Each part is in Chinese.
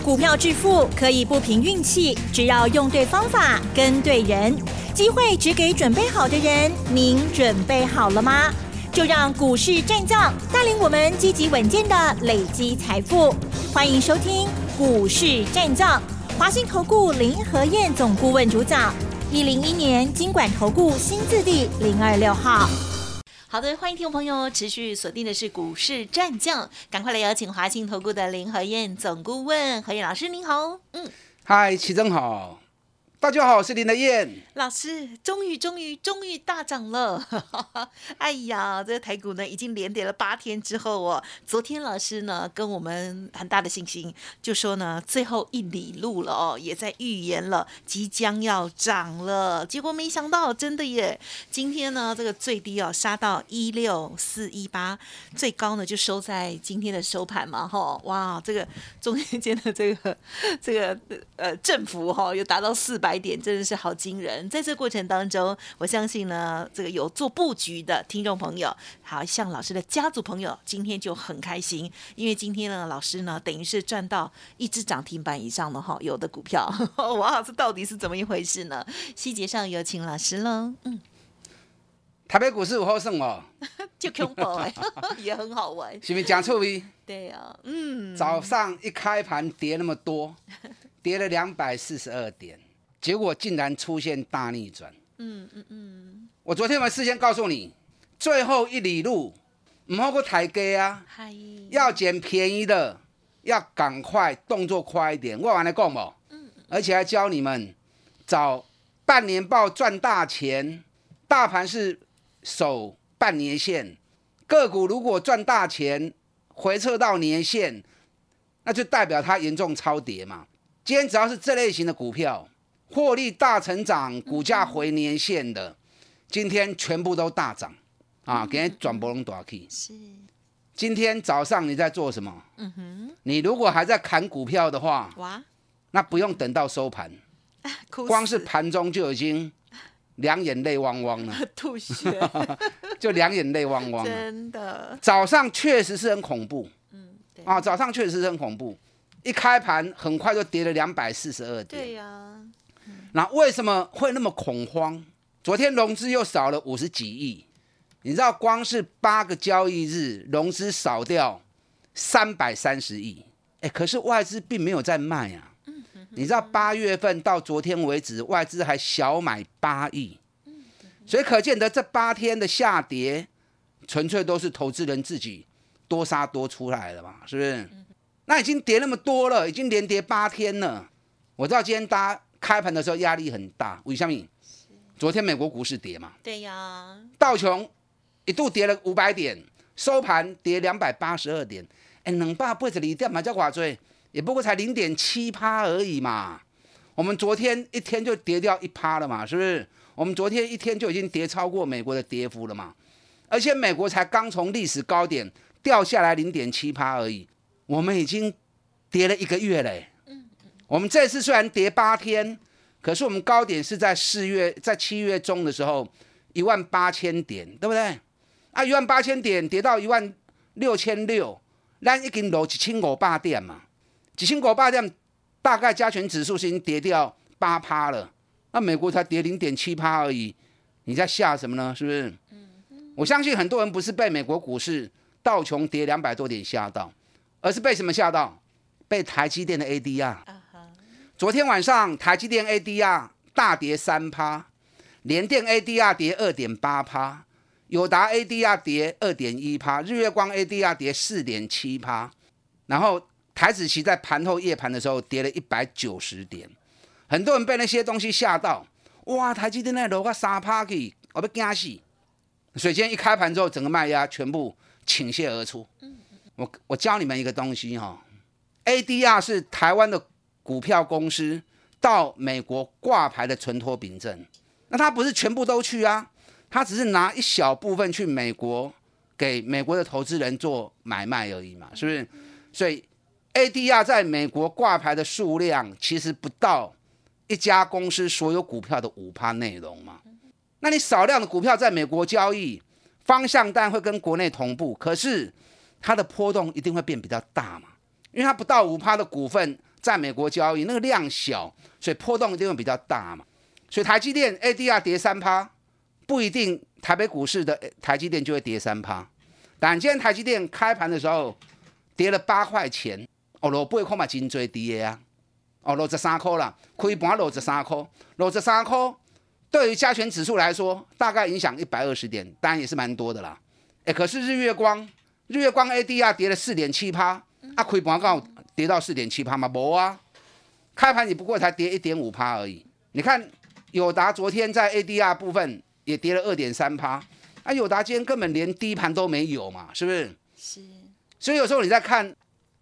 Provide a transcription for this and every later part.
股票致富可以不凭运气，只要用对方法、跟对人。机会只给准备好的人，您准备好了吗？就让股市战将带领我们积极稳健的累积财富。欢迎收听股市战将，华信投顾林和彥总顾问主讲，101年金管投顾新字第026号。好的，欢迎听众朋友持续锁定的是股市战将，赶快来邀请华信投顾的林和彥总顾问，和彥老师您好。 嗨，齐真好，大家好，我是林和彥老师。终于大涨了哎呀，这个台股呢已经连跌了8天之后哦，昨天老师呢跟我们很大的信心，就说呢最后一里路了哦，也在预言了即将要涨了，结果没想到真的耶，今天呢这个最低哦杀到16418，最高呢就收在今天的收盘嘛吼，哇，这个中间的这个振幅哈又达到400点，真的是好惊人。在这过程当中，我相信呢，这个有做布局的听众朋友，好像老师的家族朋友，今天就很开心，因为今天呢，老师呢等于是赚到1只涨停板以上的哈，有的股票，哇，这到底是怎么一回事呢？细节上有请老师喽。 台北股市有好耍哦， 就恐怖哎，也很好玩， 是不是真趣味？ 对啊， 早上一开盘跌那么多，跌了242点，结果竟然出现大逆转。我昨天有没有事先告诉你，最后一里路不好过抬价啊，要捡便宜的，要赶快动作快一点。我完了讲不？而且还教你们找半年报赚大钱，大盘是守半年线，个股如果赚大钱回撤到年线，那就代表它严重超跌嘛。今天只要是这类型的股票，获利大成长，股价回年线的，今天全部都大涨啊！今天全部都大起。是。今天早上你在做什么？你如果还在砍股票的话，那不用等到收盘，光是盘中就已经两眼泪汪汪了， 吐血， 就两眼泪汪汪了。 真的， 早上确实是很恐怖，早上确实是很恐怖，一开盘很快就跌了242点。 对呀， 那为什么会那么恐慌？昨天融资又少了50几亿，你知道光是8个交易日融资少掉330亿，可是外资并没有在卖啊。你知道8月份到昨天为止，外资还小买8亿，所以可见得这8天的下跌，纯粹都是投资人自己多杀多出来了嘛，是不是？那已经跌那么多了，已经连跌8天了。我知道今天大家开盘的时候压力很大，为什么？昨天美国股市跌嘛， 对呀， 道琼一度跌了500点，收盘跌282点，282点嘛，叫多少？也不过才0.7%而已嘛。我们昨天一天就跌掉1%了嘛，是不是？我们昨天一天就已经跌超过美国的跌幅了嘛。而且美国才刚从历史高点掉下来0.7%而已，我们已经跌了1个月嘞。我们这次虽然跌8天，可是我们高点是在7月中的时候18000点，对不对？18000点跌到16600，咱已经落1500点嘛。1500点大概加权指数是已经跌掉8%了，那美国才跌0.7%而已，你在吓什么呢？是不是？我相信很多人不是被美国股市道琼跌200多点吓到，而是被什么吓到？被台积电的 ADR。昨天晚上台积电 ADR 大跌3%，联电 ADR 跌2.8%，友达 ADR 跌2.1%，日月光 ADR 跌4.7%，然后台指期在盘后夜盘的时候跌了190点，很多人被那些东西吓到，哇，台积电那落个3%去，我要惊死。所以今天一开盘之后，整个卖压全部倾泻而出。我教你们一个东西ADR 是台湾的股票公司到美国挂牌的存托凭证，那他不是全部都去啊，他只是拿一小部分去美国给美国的投资人做买卖而已嘛，是不是？所以 ADR 在美国挂牌的数量其实不到一家公司所有股票的5%内容嘛。那你少量的股票在美国交易，方向当然会跟国内同步，可是它的波动一定会变比较大嘛，因为它不到5%的股份在美国交易，那个量小，所以波动一定会比较大嘛。所以台积电 ADR 跌3%，不一定台北股市的台积电就会跌3%。但今天台积电开盘的时候跌了8块钱，落8块嘛真最低的啊，63块啦，开盘63块，63块对于加权指数来说，大概影响120点，当然也是蛮多的啦。可是日月光 ADR 跌了4.7%，开盘刚好跌到4.7%嘛，没啊，开盘也不过才跌1.5%而已。你看友达昨天在 ADR 部分也跌了2.3%，友达今天根本连低盘都没有嘛，是不是？ 是。 所以有时候你在看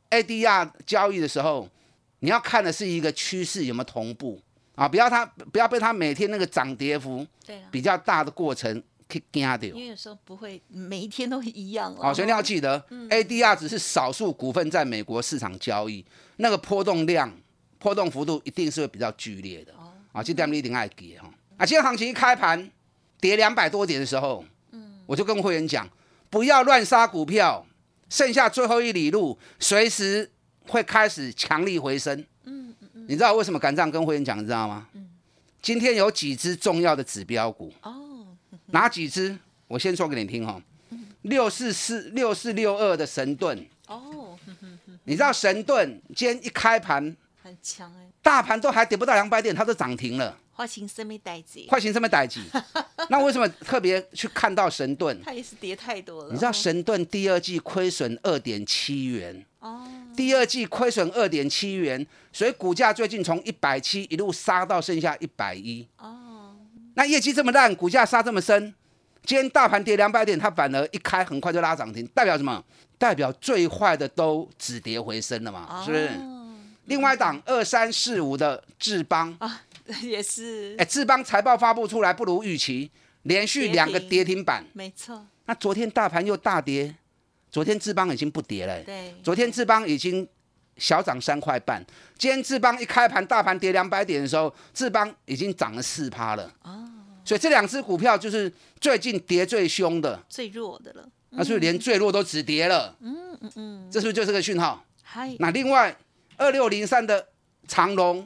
ADR 交易的时候，你要看的是一个趋势有没有同步啊，不要被它每天那个涨跌幅比较大的过程去惊到， 因为有时候不会每一天都一样所以你要记得，ADR 只是少数股份在美国市场交易，那个波动幅度一定是会比较剧烈的。这点你一定要记哈。今天行情一开盘跌200多点的时候，我就跟会员讲，不要乱杀股票，剩下最后一里路，随时会开始强力回升。你知道为什么敢这样跟会员讲？你知道吗？今天有几只重要的指标股哪几只？我先说给你听哈。6462的神盾你知道神盾今天一开盘很强大盘都还跌不到200点，它都涨停了。 发生什么代志？ 那为什么特别去看到神盾？ 它也是跌太多了。 你知道神盾第二季亏损2.7元，第二季亏损2.7元，所以股价最近从170一路杀到剩下110。那业绩这么烂，股价杀这么深，今天大盘跌200点，它反而一开很快就拉涨停，代表什么？代表最坏的都止跌回升了嘛，是不是？另外一档2345的智邦也是， 智邦财报发布出来不如预期，连续2个跌停板， 没错。 那昨天大盘又大跌，昨天智邦已经不跌了， 对， 昨天智邦已经小涨3块半，今天智邦一开盘大盘跌200点的时候，智邦已经涨了4%了。所以这2只股票就是最近跌最凶的， 最弱的了。 那所以连最弱都止跌了。这是不是就是个讯号？那另外2603的长荣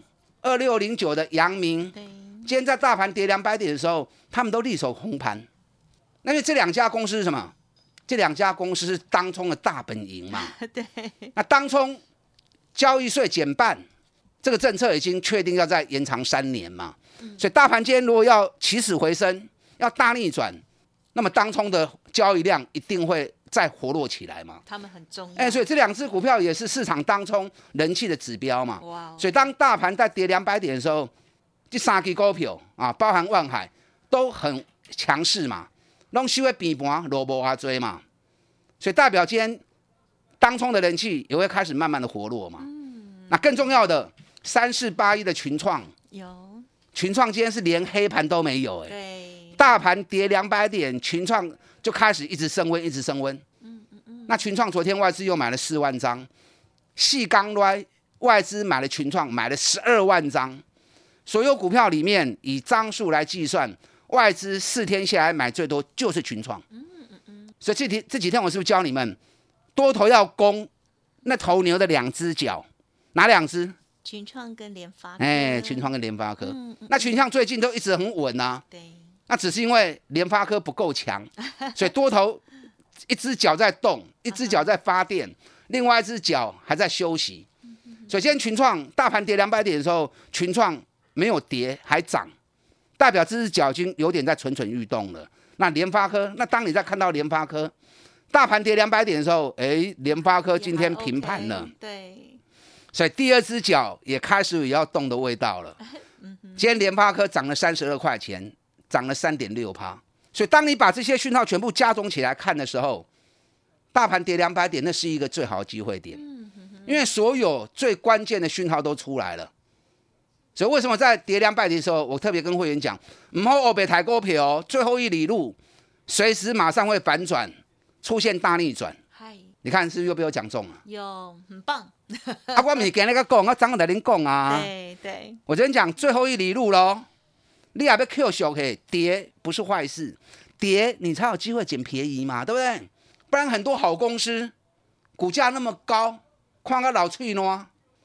，2609的阳明，今天在大盘跌200点的时候，他们都力守红盘。那因为这2家公司是什么？这2家公司是当冲的大本营嘛。 对。 那当冲交易税减半，这个政策已经确定要再延长3年嘛。所以大盘今天如果要起死回生，要大逆转，那么当冲的交易量一定会再活络起来嘛。 他们很重要。 所以这2只股票也是市场当冲人气的指标嘛。所以当大盘在跌200点的时候，这3支股票包含万海都很强势嘛，都收在平盘落无偌多嘛。所以代表今天当冲的人气也会开始慢慢的活络嘛。那更重要的3481的群创，群创今天是连黑盘都没有对， 大盘跌200点，群创就开始一直升温，一直升温。那群创昨天外资又买了4万张，细钢外资买了群创买了12万张，所有股票里面以张数来计算，外资4天下来买最多就是群创。所以这几天我是不是教你们，多头要攻那头牛的2只脚，哪2只？ 群创跟联发科。 群创跟联发科。那群创最近都一直很稳啊。 对。 那只是因为联发科不够强，所以多头一只脚在动，一只脚在发电，另外一只脚还在休息。所以今天群创大盘跌200点的时候，群创没有跌还涨，代表这只脚已经有点在蠢蠢欲动了。那联发科，那当你在看到联发科大盘跌200点的时候，联发科今天平盘了。 对。 所以第2只脚也开始也要动的味道了。今天联发科涨了32块钱，涨了3.6%。所以当你把这些讯号全部加总起来看的时候，大盘跌200点，那是一个最好的机会点。因为所有最关键的讯号都出来了。所以为什么在跌200点的时候，我特别跟会员讲，不要黑白台股票最后一里路，随时马上会反转，出现大逆转。你看是不是又被我讲中了？ 有，很棒。 我不是跟那个讲，我张在跟你讲啊。 对。 我昨天讲最后一里路咯，你也要 Q 小黑跌不是坏事，跌你才有机会捡便宜嘛，对不对？不然很多好公司股价那么高，看个老脆喏，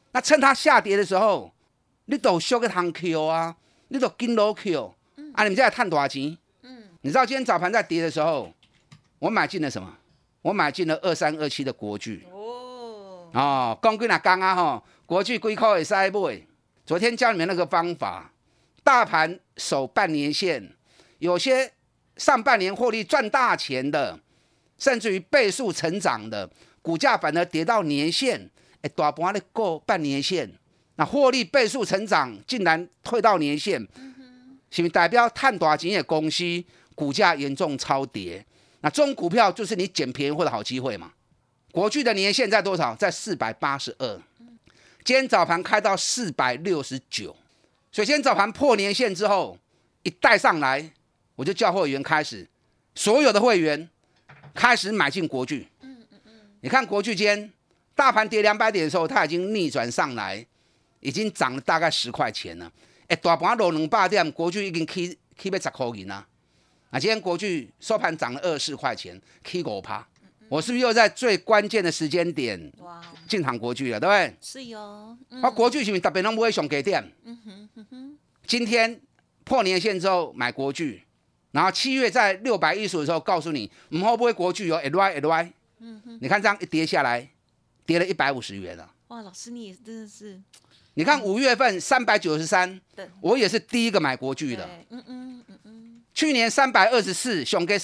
那趁它下跌的时候，你都小个行 Q 啊，你都跟落 Q，啊，你们在赚多少钱？你知道今天早盘在跌的时候，我买进了什么？我买进了2327的国巨。讲几哪讲啊吼，国巨几块会使买。昨天教你们那个方法，大盘守半年线，有些上半年获利赚大钱的，甚至于倍数成长的，股价反而跌到年线，大盘咧过半年线，那获利倍数成长竟然退到年线，是不是代表赚大钱的公司股价严重超跌？那这种股票就是你捡便宜货的好机会嘛。国巨的年线在多少？在482。今天早盘开到469，所以今天早盘破年线之后，一带上来，我就叫会员开始，所有的会员开始买进国巨。你看国巨今天大盘跌200点的时候，它已经逆转上来，已经涨了大概10块钱了。大盘落200点，国巨已经起要10块钱了。今天国巨收盘涨了24块钱，起5%。我是不是又在最关键的时间点进场国巨了，对不对？ 是哟。 国巨是不是特别都不会上给点？今天破年线之后买国巨，然后7月在615的时候告诉你，不会不会国巨哦 ，LY。你看这样一跌下来，跌了150元了。 哇，老师你也真的是。 你看5月份393，我也是第一个买国巨的。去年324，上给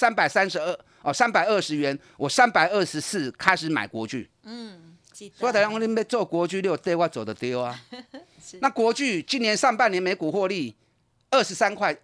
320元，我324开始买国巨。所以大家说你要做国巨，你有对我走的丢啊。那国巨今年上半年每股获利23块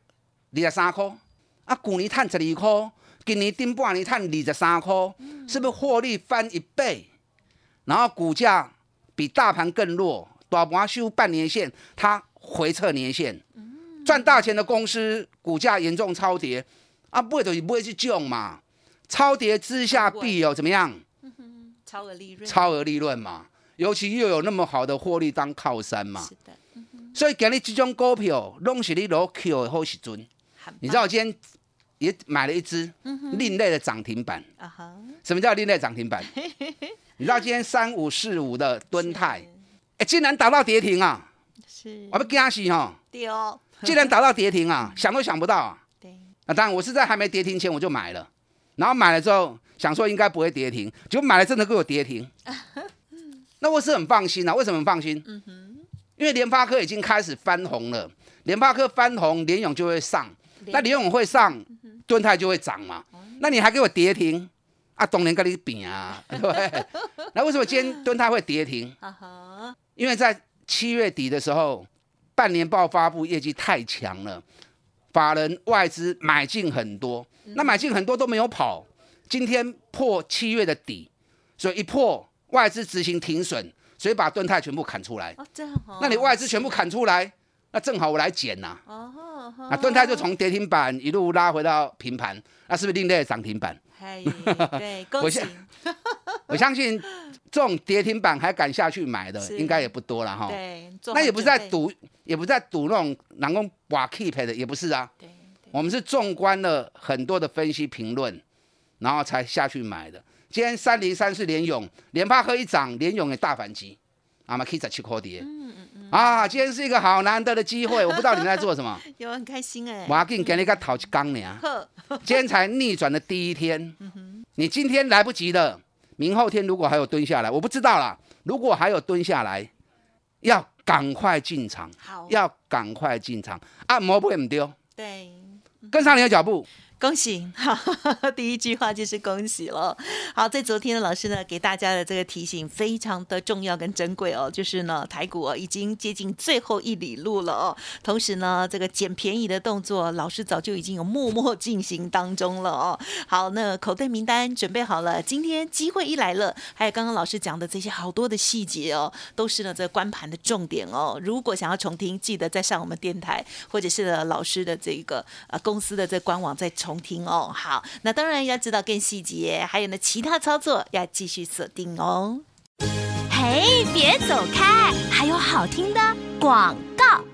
23块，去年赚12块，今年顶半年赚23块，是不是获利翻1倍？然后股价比大盘更弱，大盘收半年线，它回撤年线。赚大钱的公司股价严重超跌，不就是不会去救嘛？超跌之下必有怎么样？ 超额利润。 超额利润嘛，尤其又有那么好的获利当靠山嘛。 是的。 所以今日这种股票，拢是你攞 Q 的好时阵。你知道我今天也买了一只另类的涨停板。什么叫另类涨停板？你知道今天3545的敦泰，竟然打到跌停啊！是。我要惊死哈！对哦。竟然打到跌停啊，想都想不到啊！对，当然我是在还没跌停前我就买了，然后买了之后想说应该不会跌停，结果买了真的给我跌停。那我是很放心啊，为什么很放心？因为联发科已经开始翻红了，联发科翻红，联咏就会上，那联咏会上，敦泰就会涨嘛。那你还给我跌停当然跟你比啊，对不对？那为什么今天敦泰会跌停？因为在7月底的时候。半年报发布，业绩太强了，法人外资买进很多，那买进很多都没有跑，今天破7月的底，所以一破外资执行停损，所以把敦泰全部砍出来。那你外资全部砍出来，那正好我来捡呐。那敦泰就从跌停板一路拉回到平盘，那是不是另类的涨停板？ 对，恭喜。 我相信这种跌停板还敢下去买的，应该也不多了哈。 对， 那也不是在赌，也不是在赌那种人工挖 keep 的，也不是啊。我们是纵观了很多的分析评论，然后才下去买的。今天3034联咏，联发科一涨，联咏也大反击，嘛可以17块跌。今天是一个好难得的机会，我不知道你们在做什么。 有很开心哎。 我给你才头一天呢，今天才逆转的第一天。你今天来不及的，明后天如果还有蹲下来，我不知道啦。如果还有蹲下来，要赶快进场，要赶快进场，摸不会唔丢。 对， 跟上你的脚步。 恭喜！第一句话就是恭喜了。好，在昨天的老师呢给大家的这个提醒非常的重要跟珍贵哦，就是呢台股已经接近最后1里路了哦。同时呢，这个捡便宜的动作，老师早就已经有默默进行当中了哦。好，那口袋名单准备好了，今天机会一来了，还有刚刚老师讲的这些好多的细节哦，都是呢这个观盘的重点哦。如果想要重听，记得再上我们电台或者是老师的这个公司的这官网再重听哦。好，那当然要知道更细节，还有呢其他操作要继续锁定哦。 嘿，别走开，还有好听的广告。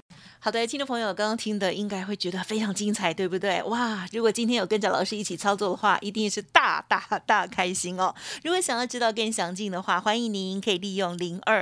好的，听众朋友，刚刚听的应该会觉得非常精彩，对不对？哇，如果今天有跟着老师一起操作的话，一定是大开心哦。如果想要知道更详尽的话，欢迎您可以利用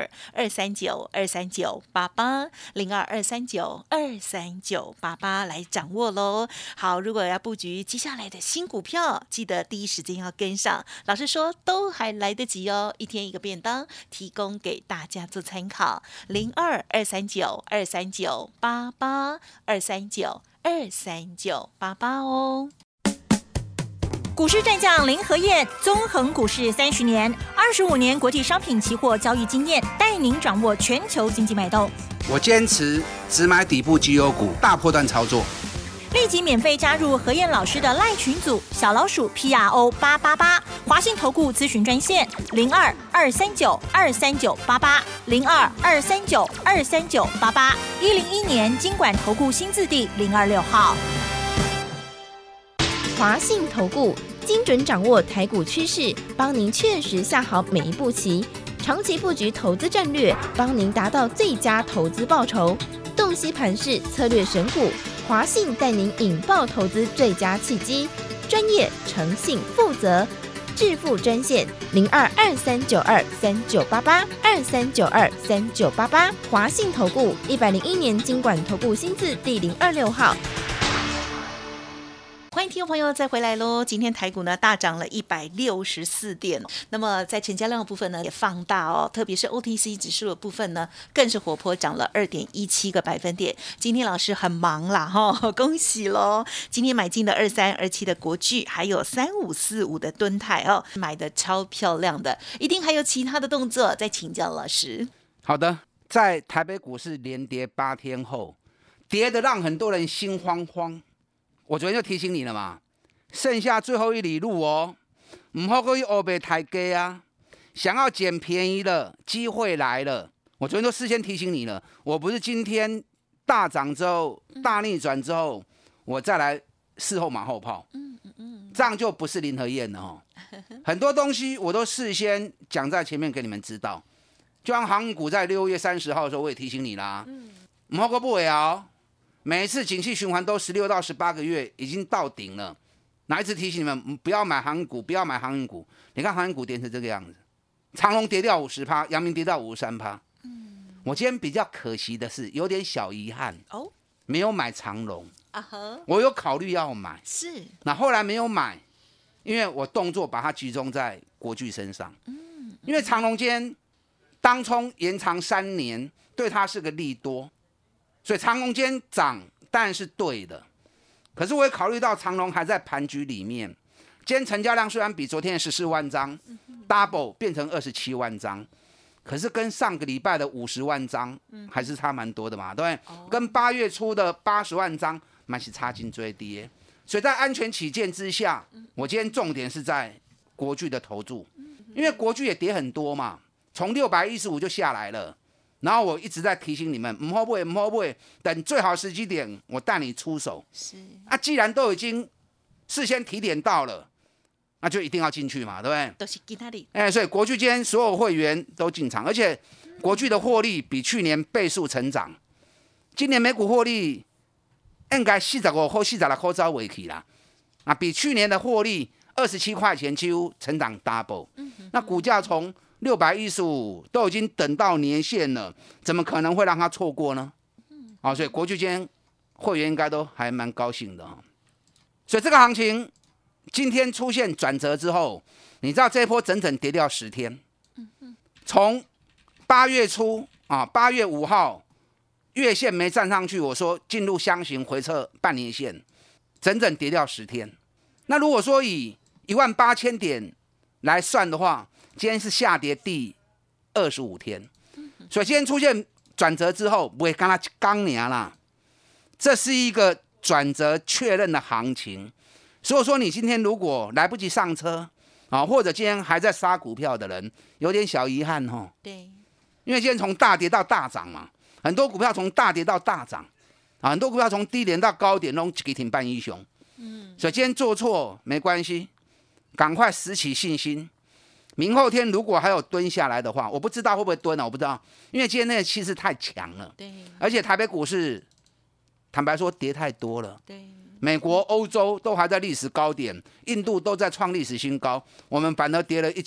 02-239-2398802-239-23988来掌握喽。好，如果要布局接下来的新股票，记得第一时间要跟上。老师说都还来得及哦，一天一个便当，提供给大家做参考。02-239-23988，239-239-88哦。 股市战将林和燕，纵横股市30年，25年国际商品期货交易经验，带您掌握全球经济脉动。 我坚持只买底部绩优股，大波段操作。 立即免费加入和燕老师的赖群组，小老鼠 PRO888，华信投顾咨询专线02-239-23988，02-239-23988，101年金管投顾新字第026号。 华信投顾精准掌握台股趋势，帮您确实下好每一步棋，长期布局投资战略，帮您达到最佳投资报酬。洞悉盘势，策略选股，华信带您引爆投资最佳契机，专业、诚信、负责。致富专线02-2392-3988，2392-3988，华信投顾101年金管投顾新字第026号。 欢迎听众朋友再回来喽！今天台股呢大涨了164点，那么在成交量的部分呢也放大哦，特别是 OTC 指数的部分呢更是活泼，涨了2.17个百分点。今天老师很忙啦哈，恭喜喽！今天买进的2327的国巨，还有3545的敦泰哦，买的超漂亮的，一定还有其他的动作，再请教老师。 好的，在台北股市连跌8天后，跌得让很多人心慌慌。我昨天就提醒你了嘛，剩下最后一里路哦，不好过去欧北抬价啊！想要捡便宜了，机会来了。我昨天都事先提醒你了，我不是今天大涨之后、大逆转之后，我再来事后马后炮，这样就不是林和燕了哦。很多东西我都事先讲在前面给你们知道，就像航运股在6月30号的时候，我也提醒你啦，不好过不会啊。每一次景气循环都16到18个月，已经到顶了。哪一次提醒你们不要买航运股，不要买航运股？你看航运股跌成这个样子，长荣跌掉50%，阳明跌到53%。我今天比较可惜的是，有点小遗憾哦，没有买长荣啊。我有考虑要买， 是那后来没有买，因为我动作把它集中在国巨身上。因为长荣今天当冲延长3年，对它是个利多。所以长荣今天涨当然是对的，可是我也考虑到长荣还在盘局里面，今天成交量虽然比昨天的14万张 double 变成27万张，可是跟上个礼拜的50万张还是差蛮多的嘛，对不对？跟8月初的80万张还是差劲最低，所以在安全起见之下，我今天重点是在国巨的投注，因为国巨也跌很多嘛，从615就下来了。然后我一直在提醒你们，不好买，等最好时机点，我带你出手。是啊，既然都已经事先提点到了，那就一定要进去嘛，对不对？ 都是给他的。 所以国巨今天所有会员都进场，而且国巨的获利比去年倍数成长。今年每股获利应该45块、46块走回去啦，啊，比去年的获利27块钱几乎成长 double。那股价从615都已经等到年线了，怎么可能会让他错过呢？所以国巨今天会员应该都还蛮高兴的。所以这个行情今天出现转折之后，你知道这一波整整跌掉10天，从8月初8月5号月线没站上去，我说进入箱型回撤半年线，整整跌掉10天。那如果说以18000点来算的话，今天是下跌第25天，所以今天出现转折之后，不会跟它刚年啦，这是一个转折确认的行情。所以说，你今天如果来不及上车或者今天还在杀股票的人，有点小遗憾哦。 对， 因为今天从大跌到大涨嘛，很多股票从大跌到大涨很多股票从低点到高点都一个停半英雄。所以今天做错没关系，赶快拾起信心。明后天如果还有蹲下来的话，我不知道会不会蹲我不知道，因为今天那个气势太强了。对，而且台北股市坦白说跌太多了。 对， 美国、欧洲都还在历史高点，印度都在创历史新高，我们反而跌了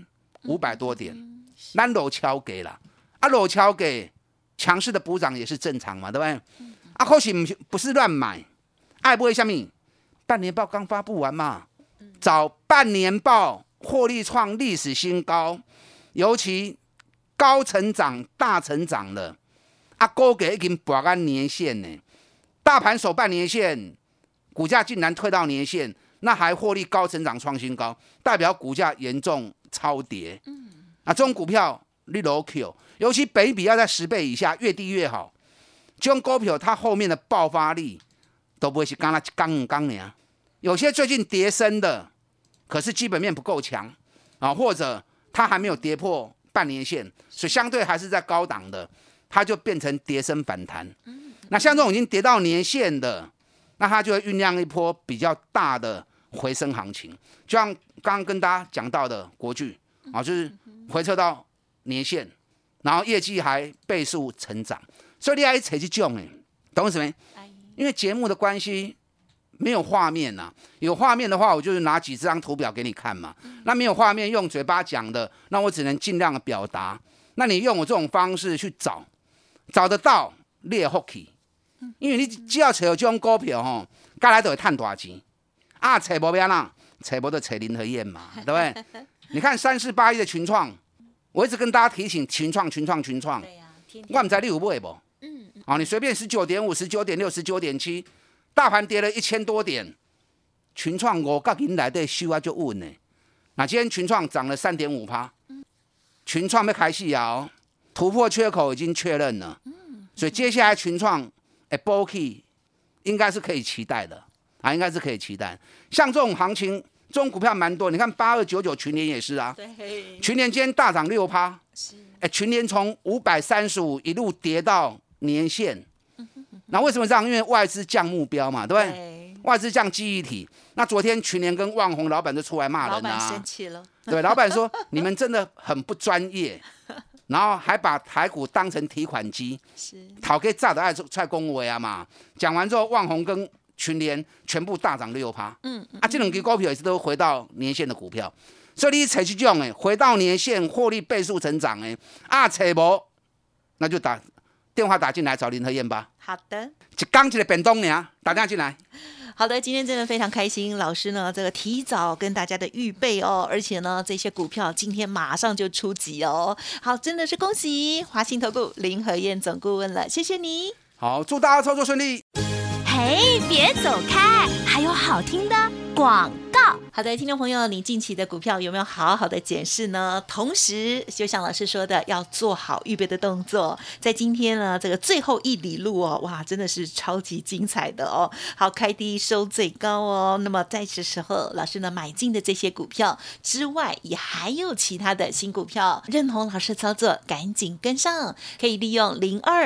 1500多点。咱落敲给了，落敲给强势的补涨也是正常嘛，对不对？可是不是乱买，爱不会下面半年报刚发布完嘛，找半年报获利创历史新高，尤其高成长、大成长了，股价已经拔到年线呢，大盘守半年线，股价竟然退到年线，那还获利高成长创新高，代表股价严重超跌。这种股票你落 Q， 尤其本益比要在10倍以下，越低越好。这种股票它后面的爆发力都不会是刚那刚呢。有些最近跌深的，可是基本面不够强或者它还没有跌破半年线，所以相对还是在高档的，它就变成跌深反弹。那像这种已经跌到年线的，那它就会酝酿一波比较大的回升行情。就像刚刚跟大家讲到的国巨就是回撤到年线，然后业绩还倍数成长，所以你要找这种懂什么？因为节目的关系没有画面有画面的话我就是拿几张图表给你看嘛。那没有画面用嘴巴讲的，那我只能尽量的表达。那你用我这种方式去找得到你会福气，因为你只要找到这种股票将来就会赚大钱找不要啦，找不就找林和燕嘛，对不对？你看3481的群创，我一直跟大家提醒群创，我不知道你有买不？你随便19.5、19.6、19.7，大盘跌了1000多点，群创5角银内底收就稳呢。那今天群创涨了3.5%，群创要开始突破缺口已经确认了，所以接下来群创补起应该是可以期待的应该是可以期待。像这种行情，这种股票蛮多，你看8299群联也是群联今天大涨6%，群联从535一路跌到年线，那为什么这样？因为外资降目标嘛，对不对？外资降记忆体。那昨天群联跟旺宏老板就出来骂人老板生气了。 对，老板说你们真的很不专业，然后还把台股当成提款机，讨给炸的爱出来恭维嘛。讲完之后，旺宏跟群联全部大涨6%。这两支股票也是都回到年线的股票，所以你采取这种回到年线获利倍数成长找无，那就电话打进来找林和燕吧。 好的， 刚一个便当呢，打电话进来。 好的，今天真的非常开心，老师呢这个提早跟大家的预备而且呢这些股票今天马上就出击好，真的是恭喜华信投顾林和燕总顾问了，谢谢你。 好，祝大家操作顺利。 嘿，别走开，还有好听的广告。 好的，听众朋友，你近期的股票有没有好好的检视呢？同时就像老师说的，要做好预备的动作。在今天呢这个最后一里路哇，真的是超级精彩的好，开低收最高那么在这时候，老师呢买进的这些股票之外，也还有其他的新股票，认同老师操作赶紧跟上，可以利用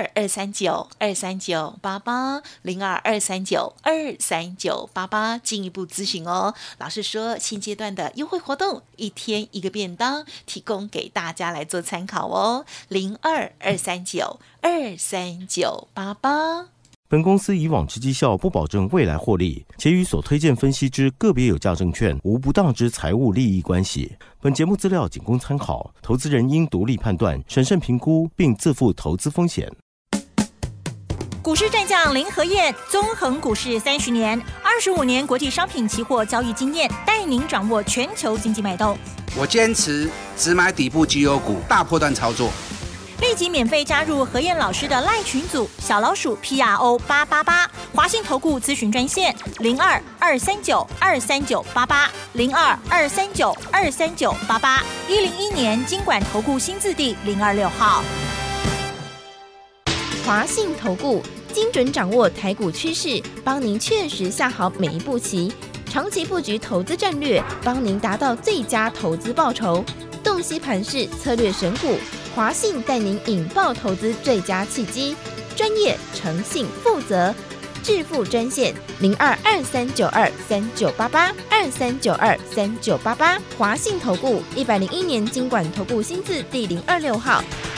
02-239-23988 02-239-23988进一步咨询老师说现阶段的优惠活动，1天1个便当，提供给大家来做参考02-239-23988。 本公司以往之绩效不保证未来获利，且与所推荐分析之个别有价证券无不当之财务利益关系。本节目资料仅供参考，投资人应独立判断、审慎评估，并自负投资风险。 股市战将林和燕，纵横股市30年，25年国际商品期货交易经验，带您掌握全球经济脉动。 我坚持只买底部绩优股，大波段操作。 立即免费加入和燕老师的LINE群组，小老鼠 PRO888，华信投顾咨询专线02-239-23988 02-239-23988， 101年金管投顾新字第026号。 华信投顾精准掌握台股趋势，帮您确实下好每一步棋，长期布局投资战略，帮您达到最佳投资报酬。洞悉盘势，策略选股，华信带您引爆投资最佳契机，专业、诚信、负责。致富专线02-2392-3988 2392-3988，华信投顾101年金管投顾新字第026号。